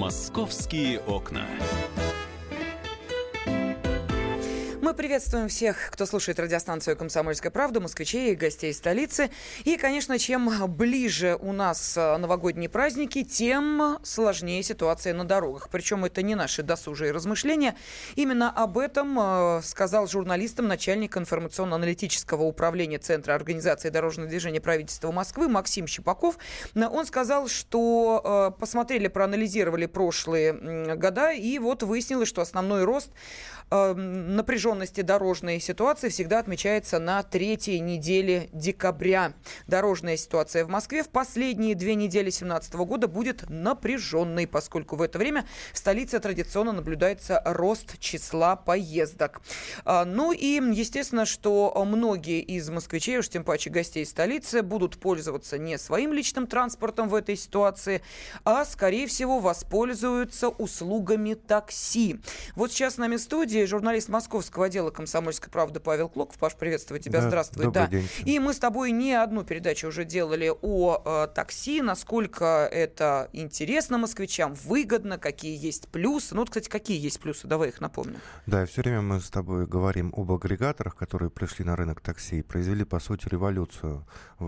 «Московские окна». Мы приветствуем всех, кто слушает радиостанцию «Комсомольская правда», москвичей и гостей столицы. И, конечно, чем ближе у нас новогодние праздники, тем сложнее ситуация на дорогах. Причем это не наши досужие размышления. Именно об этом сказал журналистам начальник информационно-аналитического управления Центра организации дорожного движения правительства Москвы Максим Щепаков. Он сказал, что посмотрели, проанализировали прошлые года, и вот выяснилось, что основной рост напряженности дорожной ситуации всегда отмечается на третьей неделе декабря. Дорожная ситуация в Москве в последние 2 недели 2017 года будет напряженной, поскольку в это время в столице традиционно наблюдается рост числа поездок. Ну и естественно, что многие из москвичей, уж тем паче гостей столицы, будут пользоваться не своим личным транспортом в этой ситуации, а, скорее всего, воспользуются услугами такси. Вот сейчас с нами в студии журналист московского отдела «Комсомольской правды» Павел Клоков. Паш, приветствую тебя. Да, здравствуй. Добрый день. И мы с тобой не одну передачу уже делали о такси, насколько это интересно москвичам, выгодно, какие есть плюсы. Ну, вот, кстати, какие есть плюсы? Давай их напомним. Да, все время мы с тобой говорим об агрегаторах, которые пришли на рынок такси и произвели, по сути, революцию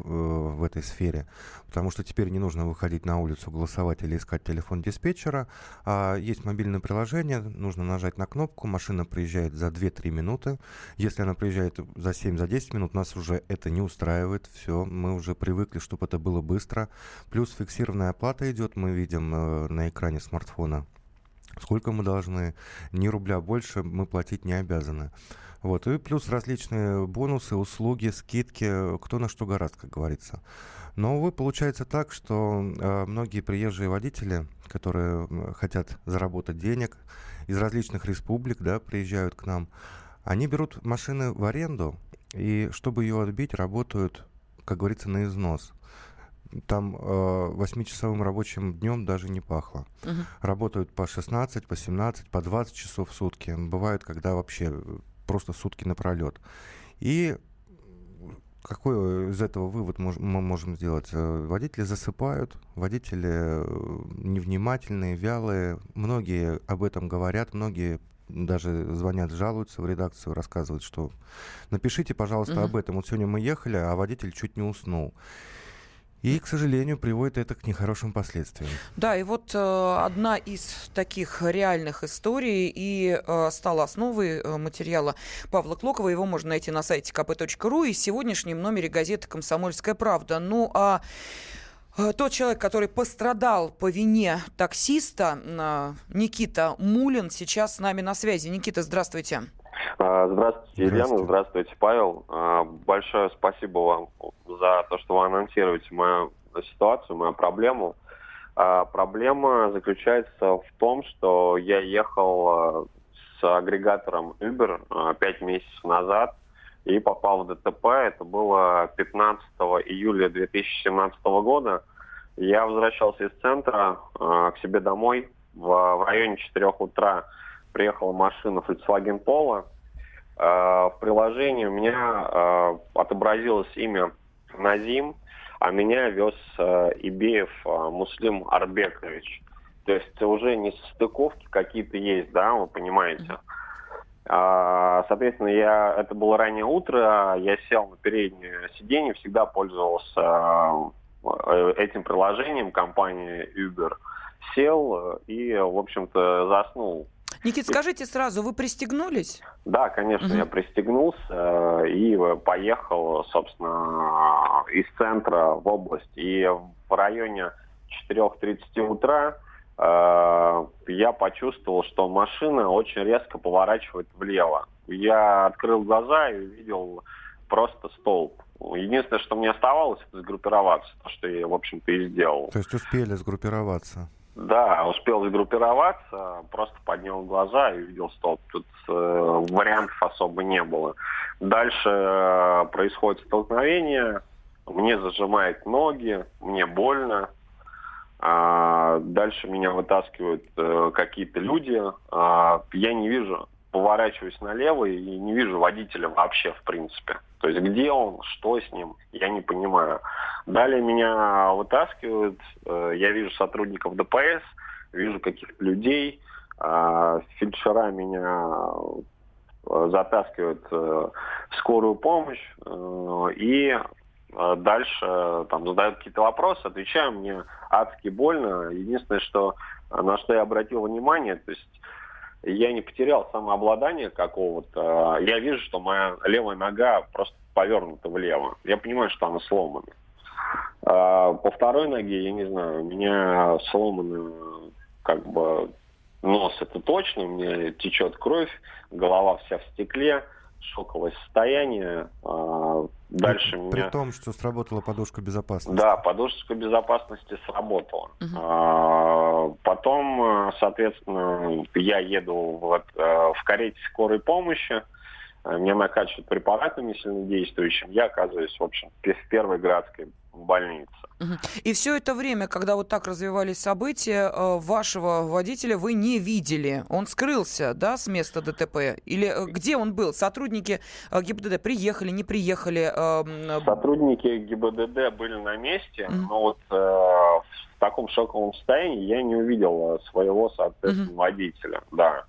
в этой сфере. Потому что теперь не нужно выходить на улицу, голосовать или искать телефон диспетчера. А есть мобильное приложение, нужно нажать на кнопку, машина приезжает за 2-3 минуты. Если она приезжает за 7-10 минут, нас уже это не устраивает. Все, мы уже привыкли, чтобы это было быстро. Плюс фиксированная оплата идет, мы видим на экране смартфона, сколько мы должны. Ни рубля больше мы платить не обязаны. Вот. И плюс различные бонусы, услуги, скидки, кто на что гораст, как говорится. Но, увы, получается так, что многие приезжие водители, которые хотят заработать денег, из различных республик, да, приезжают к нам, они берут машины в аренду, и чтобы ее отбить, работают, как говорится, на износ. Там 8-часовым рабочим днем даже не пахло. Работают по 16, по 17, по 20 часов в сутки. Бывает, когда вообще просто сутки напролет. И какой из этого вывод мы можем сделать? Водители засыпают, водители невнимательные, вялые. Многие об этом говорят, многие даже звонят, жалуются в редакцию, рассказывают, что напишите, пожалуйста, об этом. Вот сегодня мы ехали, а водитель чуть не уснул. И, к сожалению, приводит это к нехорошим последствиям. Да, и вот одна из таких реальных историй и стала основой материала Павла Клокова. Его можно найти на сайте kp.ru и в сегодняшнем номере газеты «Комсомольская правда». Ну, а тот человек, который пострадал по вине таксиста, Никита Мулин, сейчас с нами на связи. Никита, здравствуйте. Здравствуйте, Елена, здравствуйте, Павел. Большое спасибо вам за то, что вы анонсируете мою ситуацию, мою проблему. Проблема заключается в том, что я ехал с агрегатором Uber 5 месяцев назад и попал в ДТП. Это было 15 июля 2017 года. Я возвращался из центра к себе домой. В районе 4 утра приехала машина Volkswagen Polo. В приложении у меня отобразилось имя Назим, а меня вез Ибеев Муслим Арбекович. То есть уже несостыковки какие-то есть, да, вы понимаете. Соответственно, это было раннее утро, я сел на переднее сиденье, всегда пользовался этим приложением компании Uber. Сел и, в общем-то, заснул. Никит, скажите сразу, вы пристегнулись? Да, конечно, я пристегнулся и поехал, собственно, из центра в область. И в районе 4:30 утра я почувствовал, что машина очень резко поворачивает влево. Я открыл глаза и увидел просто столб. Единственное, что мне оставалось, это сгруппироваться, то, что я, в общем-то, и сделал. То есть успели сгруппироваться? Да, успел сгруппироваться, просто поднял глаза и увидел столб. Тут вариантов особо не было. Дальше происходит столкновение, мне зажимают ноги, мне больно. Дальше меня вытаскивают какие-то люди. Я не вижу, поворачиваюсь налево и не вижу водителя вообще, в принципе. То есть где он, что с ним, я не понимаю. Далее меня вытаскивают, я вижу сотрудников ДПС, вижу каких-то людей, фельдшера меня затаскивают в скорую помощь и дальше там задают какие-то вопросы, отвечаю, мне адски больно. Единственное, на что я обратил внимание, то есть я не потерял самообладание какого-то. Я вижу, что моя левая нога просто повернута влево. Я понимаю, что она сломана. По второй ноге, я не знаю, у меня сломан как бы нос, это точно, у меня течет кровь, голова вся в стекле, шоковое состояние. Дальше меня... При том, что сработала подушка безопасности. Да, подушка безопасности сработала. Потом, соответственно, я еду в карете скорой помощи, меня накачивают препаратами сильнодействующими, я оказываюсь, в общем, в первой городской больнице. И все это время, когда вот так развивались события, вашего водителя вы не видели. Он скрылся, да, с места ДТП? Или где он был? Сотрудники ГИБДД приехали, не приехали? Сотрудники ГИБДД были на месте, но вот в таком шоковом состоянии я не увидел своего, соответственно, водителя. Да.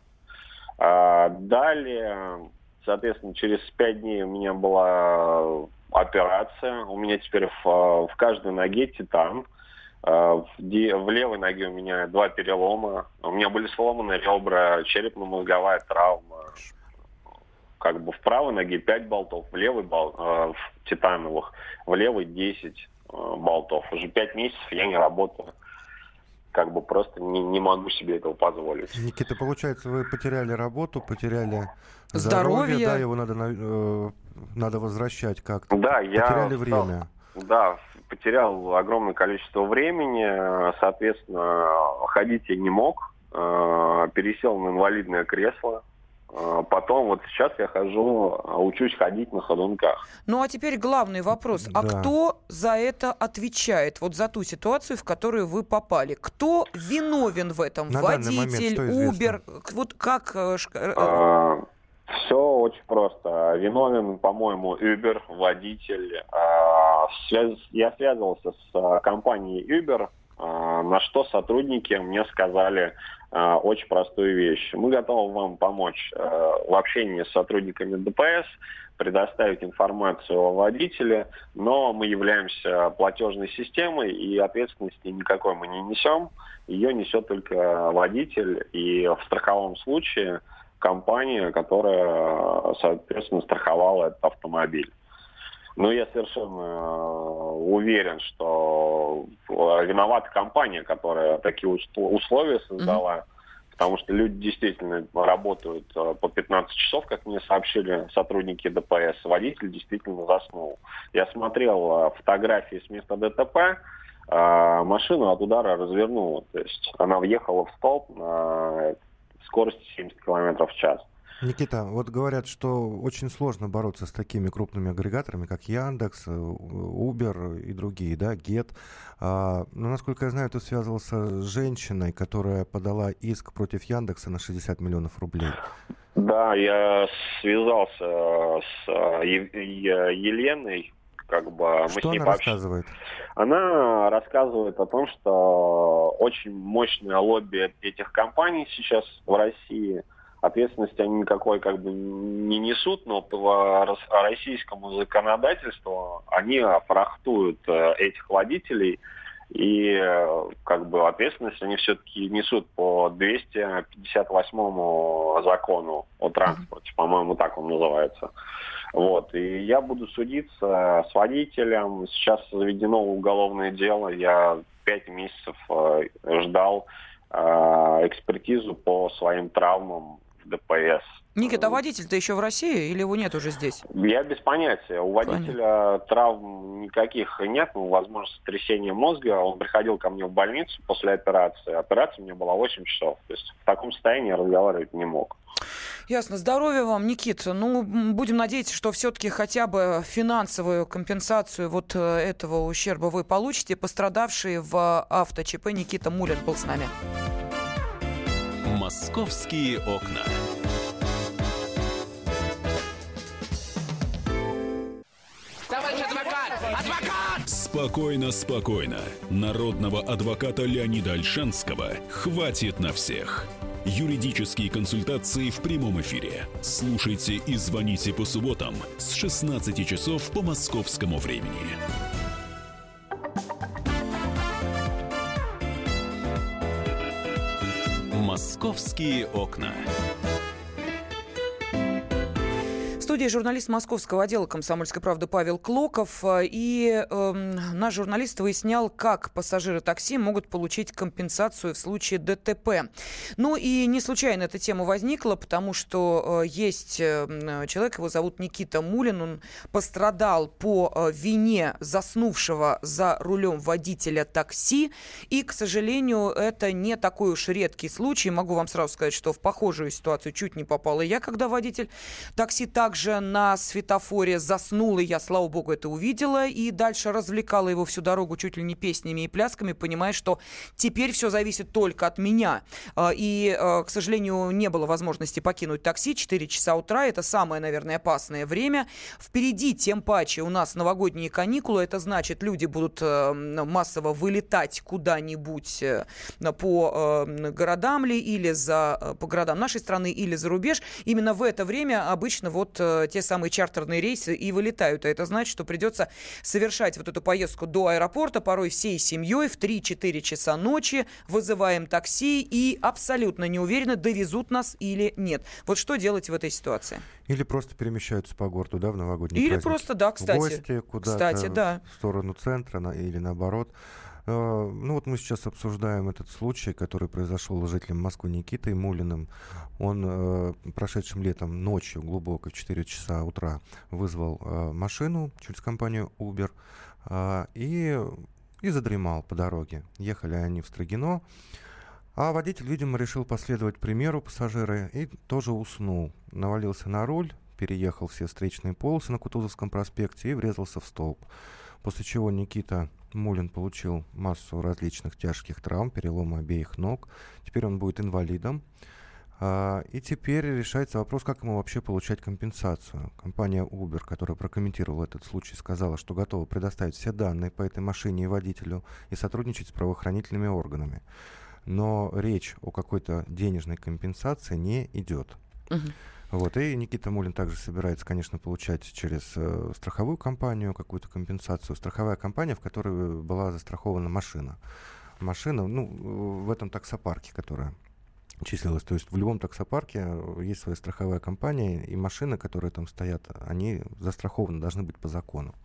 Далее, соответственно, через 5 дней у меня была операция. У меня теперь в каждой ноге титан. В левой ноге у меня 2 перелома. У меня были сломаны ребра, черепно-мозговая травма. Как бы в правой ноге 5 болтов, в левой титановых, в левой 10 болтов. Уже 5 месяцев я не работаю. Как бы просто не могу себе этого позволить. Никита, получается, вы потеряли работу, потеряли здоровье. Да, его надо возвращать как-то. Да, потеряли время. Да, потерял огромное количество времени, соответственно, ходить я не мог, пересел на инвалидное кресло. Потом вот сейчас я учусь ходить на ходунках. Ну а теперь главный вопрос. А кто за это отвечает? Вот за ту ситуацию, в которую вы попали. Кто виновен в этом? На Водитель, Uber? Вот как... Все очень просто. Виновен, по-моему, Uber, водитель. Я связывался с компанией Uber, на что сотрудники мне сказали очень простую вещь. Мы готовы вам помочь в общении с сотрудниками ДПС, предоставить информацию о водителе, но мы являемся платежной системой, и ответственности никакой мы не несем. Ее несет только водитель, и в страховом случае компания, которая, соответственно, страховала этот автомобиль. Но я совершенно уверен, что виновата компания, которая такие условия создала, потому что люди действительно работают по 15 часов, как мне сообщили сотрудники ДПС. Водитель действительно заснул. Я смотрел фотографии с места ДТП, машину от удара развернула. То есть она въехала в столб на скорости 70 км в час. Никита, вот говорят, что очень сложно бороться с такими крупными агрегаторами, как Яндекс, Uber и другие, да, Get. Но, насколько я знаю, ты связывался с женщиной, которая подала иск против Яндекса на 60 миллионов рублей. Да, я связался с Еленой. Что она рассказывает? Она рассказывает о том, что очень мощное лобби этих компаний сейчас в России. Ответственности они никакой не несут, но по российскому законодательству они фрахтуют этих водителей, и ответственность они все-таки несут по 258 закону о транспорте, по-моему, так он называется. Вот. И я буду судиться с водителем. Сейчас заведено уголовное дело. Я 5 месяцев ждал экспертизу по своим травмам в ДПС. Никита, а водитель-то еще в России или его нет уже здесь? Я без понятия. У водителя травм никаких нет, возможно, сотрясение мозга. Он приходил ко мне в больницу после операции. Операция у меня была 8 часов. То есть в таком состоянии я разговаривать не мог. Ясно. Здоровья вам, Никит. Будем надеяться, что все-таки хотя бы финансовую компенсацию вот этого ущерба вы получите. Пострадавший в автоЧП Никита Мулин был с нами. «Московские окна». Товарищ адвокат! Адвокат! Спокойно, спокойно. Народного адвоката Леонида Ольшанского хватит на всех. Юридические консультации в прямом эфире. Слушайте и звоните по субботам с 16 часов по московскому времени. «Московские окна». В студии журналист московского отдела «Комсомольской правды» Павел Клоков. И наш журналист выяснял, как пассажиры такси могут получить компенсацию в случае ДТП. Ну и не случайно эта тема возникла, потому что есть человек, его зовут Никита Мулин. Он пострадал по вине заснувшего за рулем водителя такси. И, к сожалению, это не такой уж редкий случай. Могу вам сразу сказать, что в похожую ситуацию чуть не попала я, когда водитель такси также на светофоре заснул, и я, слава богу, это увидела, и дальше развлекала его всю дорогу чуть ли не песнями и плясками, понимая, что теперь все зависит только от меня. И, к сожалению, не было возможности покинуть такси. 4 часа утра — это самое, наверное, опасное время. Впереди, тем паче, у нас новогодние каникулы. Это значит, люди будут массово вылетать куда-нибудь по городам ли, или по городам нашей страны, или за рубеж. Именно в это время обычно вот те самые чартерные рейсы и вылетают. А это значит, что придется совершать вот эту поездку до аэропорта, порой всей семьей, в 3-4 часа ночи. Вызываем такси и абсолютно не уверены, довезут нас или нет. Вот что делать в этой ситуации? Или просто перемещаются по городу, да, в новогодний праздник. Или просто, да, кстати. В гости куда-то, да, в сторону центра или наоборот. Ну вот мы сейчас обсуждаем этот случай, который произошел с жителем Москвы Никитой Мулиным. Он прошедшим летом ночью, глубоко, в 4 часа утра, вызвал машину через компанию Uber и задремал по дороге. Ехали они в Строгино, а водитель, видимо, решил последовать примеру пассажира и тоже уснул. Навалился на руль, переехал все встречные полосы на Кутузовском проспекте и врезался в столб. После чего Никита Мулин получил массу различных тяжких травм, переломы обеих ног. Теперь он будет инвалидом. И теперь решается вопрос, как ему вообще получать компенсацию. Компания Uber, которая прокомментировала этот случай, сказала, что готова предоставить все данные по этой машине и водителю и сотрудничать с правоохранительными органами. Но речь о какой-то денежной компенсации не идет. Вот. И Никита Мулин также собирается, конечно, получать через страховую компанию какую-то компенсацию. Страховая компания, в которой была застрахована машина. Машина, в этом таксопарке, которая числилась. То есть в любом таксопарке есть своя страховая компания, и машины, которые там стоят, они застрахованы, должны быть по закону.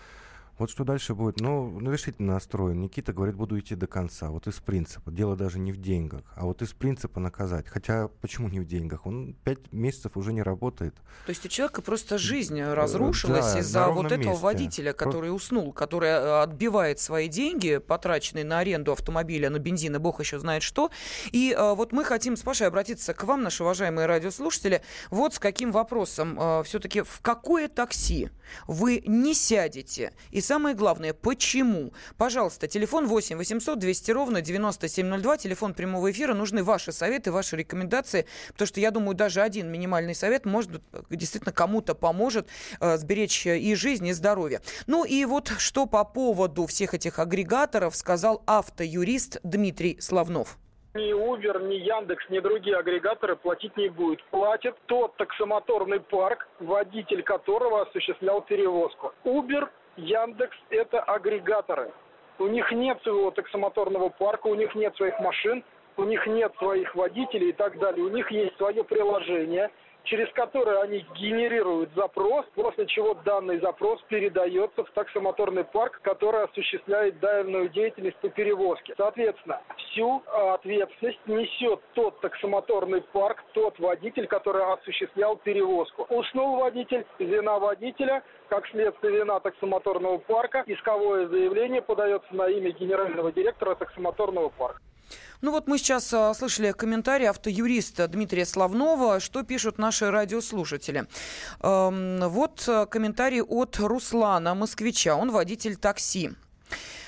Вот что дальше будет? Решительно настроен. Никита говорит, буду идти до конца. Вот из принципа. Дело даже не в деньгах, а вот из принципа наказать. Хотя, почему не в деньгах? Он 5 месяцев уже не работает. То есть у человека просто жизнь разрушилась из-за вот этого месте. Водителя, который уснул, который отбивает свои деньги, потраченные на аренду автомобиля, на бензин и бог еще знает что. И вот мы хотим с Пашей обратиться к вам, наши уважаемые радиослушатели, вот с каким вопросом. Все-таки в какое такси вы не сядете? И самое главное, почему? Пожалуйста, телефон 8 800 200 ровно 9702, телефон прямого эфира. Нужны ваши советы, ваши рекомендации, потому что, я думаю, даже один минимальный совет, может, действительно кому-то поможет сберечь и жизнь, и здоровье. Ну и вот что по поводу всех этих агрегаторов сказал автоюрист Дмитрий Славнов. Ни Uber, ни Яндекс, ни другие агрегаторы платить не будут. Платит тот таксомоторный парк, водитель которого осуществлял перевозку. Uber, Яндекс – это агрегаторы. У них нет своего таксомоторного парка, у них нет своих машин, у них нет своих водителей и так далее. У них есть свое приложение, через которое они генерируют запрос, после чего данный запрос передается в таксомоторный парк, который осуществляет данную деятельность по перевозке. Соответственно, всю ответственность несет тот таксомоторный парк, тот водитель, который осуществлял перевозку. Уснул водитель, вина водителя, как следствие вина таксомоторного парка, исковое заявление подается на имя генерального директора таксомоторного парка. Ну вот мы сейчас слышали комментарий автоюриста Дмитрия Славнова. Что пишут наши радиослушатели? Вот комментарий от Руслана, москвича. Он водитель такси.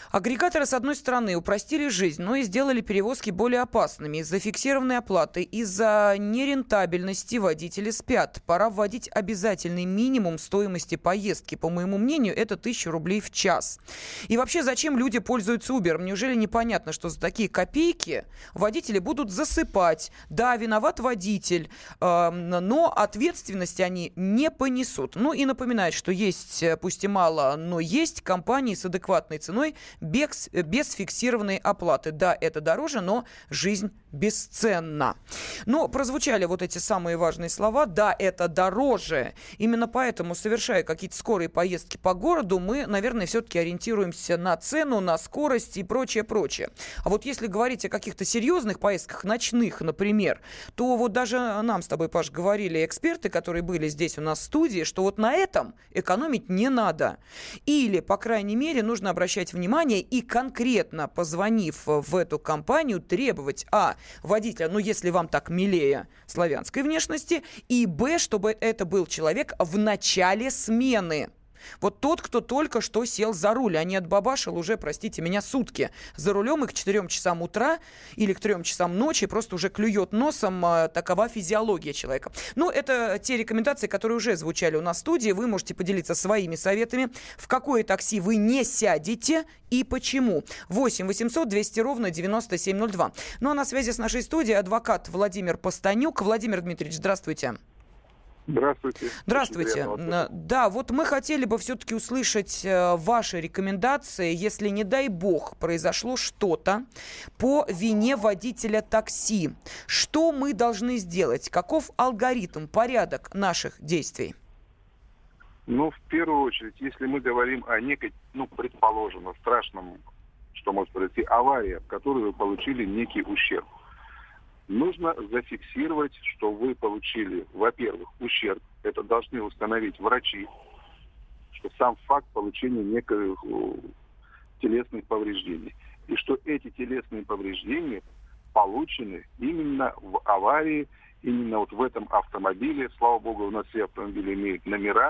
Агрегаторы, с одной стороны, упростили жизнь, но и сделали перевозки более опасными. Из-за фиксированной оплаты, из-за нерентабельности водители спят. Пора вводить обязательный минимум стоимости поездки. По моему мнению, это 1000 рублей в час. И вообще, зачем люди пользуются Uber? Неужели непонятно, что за такие копейки водители будут засыпать? Да, виноват водитель, но ответственности они не понесут. Ну и напоминать, что есть, пусть и мало, но есть компании с адекватной ценой, без фиксированной оплаты. Да, это дороже, но жизнь бесценна. Но прозвучали вот эти самые важные слова. Да, это дороже. Именно поэтому, совершая какие-то скорые поездки по городу, мы, наверное, все-таки ориентируемся на цену, на скорость и прочее. А вот если говорить о каких-то серьезных поездках, ночных, например, то вот даже нам с тобой, Паш, говорили эксперты, которые были здесь у нас в студии, что вот на этом экономить не надо. Или, по крайней мере, нужно обращать внимание и конкретно, позвонив в эту компанию, требовать, водителя, если вам так милее, славянской внешности, и, чтобы это был человек в начале смены. Вот тот, кто только что сел за руль, а не отбабашил уже, простите меня, сутки за рулем и к 4 часам утра или к 3 часам ночи просто уже клюет носом. Такова физиология человека. Это те рекомендации, которые уже звучали у нас в студии. Вы можете поделиться своими советами. В какое такси вы не сядете и почему? 8 800 200 ровно 9702. А на связи с нашей студией адвокат Владимир Постанюк. Владимир Дмитриевич, здравствуйте. Здравствуйте. Здравствуйте. Да, вот мы хотели бы все-таки услышать ваши рекомендации, если, не дай бог, произошло что-то по вине водителя такси. Что мы должны сделать? Каков алгоритм, порядок наших действий? В первую очередь, если мы говорим о некой, предположим, страшном, что может произойти, аварии, в которой вы получили некий ущерб. Нужно зафиксировать, что вы получили, во-первых, ущерб. Это должны установить врачи, что сам факт получения неких телесных повреждений. И что эти телесные повреждения получены именно в аварии, именно вот в этом автомобиле. Слава богу, у нас все автомобили имеют номера.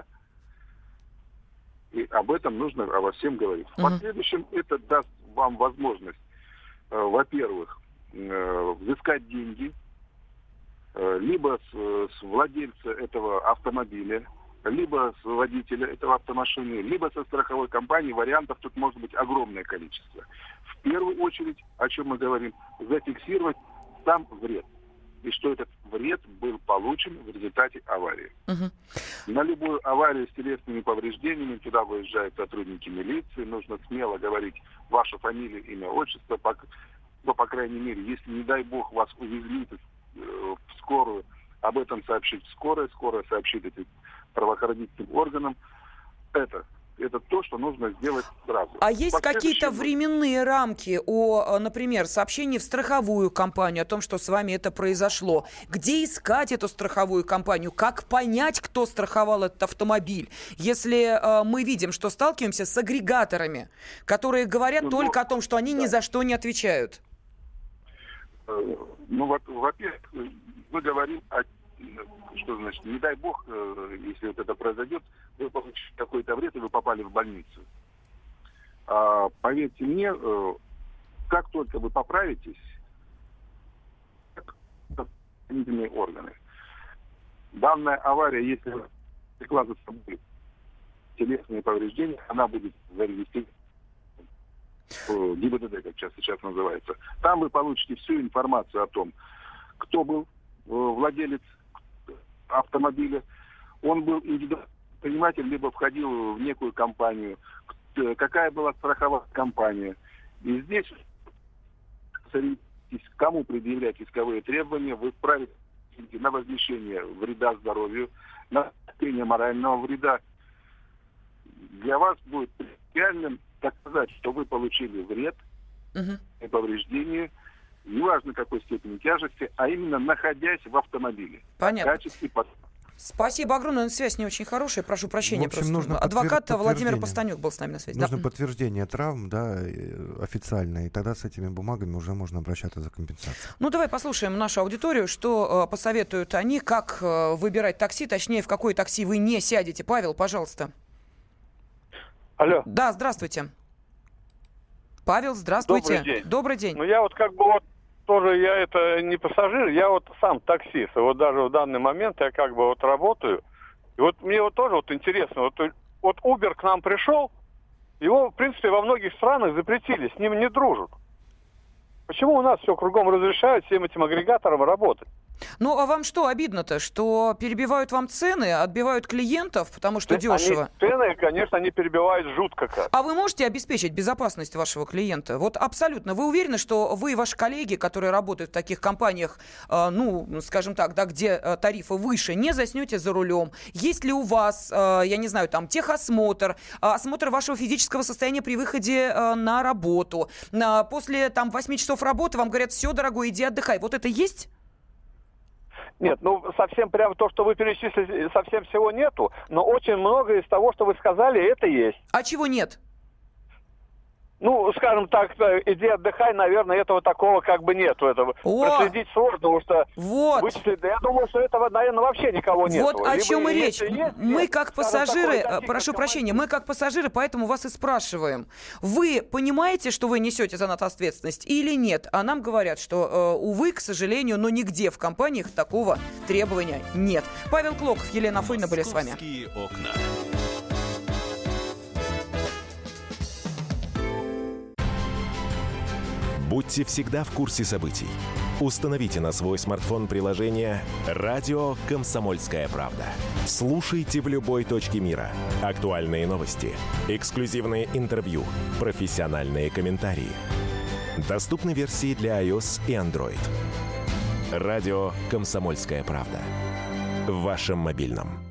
И об этом нужно обо всем говорить. В последующем это даст вам возможность, во-первых, взыскать деньги либо с владельца этого автомобиля, либо с водителя этого автомашины, либо со страховой компании. Вариантов тут может быть огромное количество. В первую очередь, о чем мы говорим, зафиксировать сам вред. И что этот вред был получен в результате аварии. На любую аварию с телесными повреждениями туда выезжают сотрудники милиции. Нужно смело говорить вашу фамилию, имя, отчество. По крайней мере, если, не дай бог, вас увезли в скорую, об этом сообщит скорая сообщит этим правоохранительным органам. Это то, что нужно сделать сразу. А есть какие-то временные рамки например, сообщение в страховую компанию о том, что с вами это произошло? Где искать эту страховую компанию? Как понять, кто страховал этот автомобиль? Если мы видим, что сталкиваемся с агрегаторами, которые говорят только о том, что они ни за что не отвечают. Во-первых, мы говорим о... Что значит, не дай бог, если вот это произойдет, вы получите какой-то вред, и вы попали в больницу. Поверьте мне, как только вы поправитесь, правоохранительные органы. Данная авария, если прикладывается за собой телесные повреждения, она будет зарегистрирована в ГИБДД, как сейчас называется. Там вы получите всю информацию о том, кто был владелец автомобиля, он был индивидуальный предприниматель, либо входил в некую компанию, какая была страховая компания. И здесь кому предъявлять исковые требования, вы вправе на возмещение вреда здоровью, на нанесение морального вреда. Для вас будет реальным доказать, что вы получили вред и повреждение, неважно какой степени тяжести, а именно находясь в автомобиле. Понятно. В качестве Спасибо огромное. Связь не очень хорошая. Прошу прощения. В общем, нужно адвокат Владимир Постанюк был с нами на связи. Нужно подтверждение травм, официальное. И тогда с этими бумагами уже можно обращаться за компенсацией. Давай послушаем нашу аудиторию, что посоветуют они, как выбирать такси, точнее, в какое такси вы не сядете. Павел, пожалуйста. Алло. Да, здравствуйте. Павел, здравствуйте. Добрый день. Добрый день. Ну, я вот как бы вот тоже, я это не пассажир, я вот сам таксист. И вот даже в данный момент я как бы вот работаю. И вот мне вот тоже вот интересно, вот Uber к нам пришел, его, в принципе, во многих странах запретили, с ним не дружат. Почему у нас все кругом разрешают всем этим агрегаторам работать? Ну, а вам что обидно-то, что перебивают вам цены, отбивают клиентов, потому что дешево? Цены, конечно, они перебивают жутко как. А вы можете обеспечить безопасность вашего клиента? Вот абсолютно. Вы уверены, что вы и ваши коллеги, которые работают в таких компаниях, ну, скажем так, да, где тарифы выше, не заснете за рулем? Есть ли у вас, я не знаю, там, техосмотр, осмотр вашего физического состояния при выходе на работу? После, там, 8 часов работы вам говорят: все, дорогой, иди отдыхай. Вот это есть? Нет, ну совсем прямо то, что вы перечислили, совсем всего нету, но очень многое из того, что вы сказали, это есть. А чего нет? Ну, скажем так, иди отдыхай, наверное, этого такого как бы нету. Этого проследить сложно, потому что вычислить, я думаю, что этого, наверное, вообще никого нету. Вот о чем и речь. Мы как пассажиры, прошу прощения, мы как пассажиры, поэтому вас и спрашиваем. Вы понимаете, что вы несете за нас ответственность или нет? А нам говорят, что, увы, к сожалению, но нигде в компаниях такого требования нет. Павел Клоков, Елена Афонина были с вами. «Московские окна». Будьте всегда в курсе событий. Установите на свой смартфон приложение «Радио Комсомольская правда». Слушайте в любой точке мира. Актуальные новости, эксклюзивные интервью, профессиональные комментарии. Доступны версии для iOS и Android. «Радио Комсомольская правда». В вашем мобильном.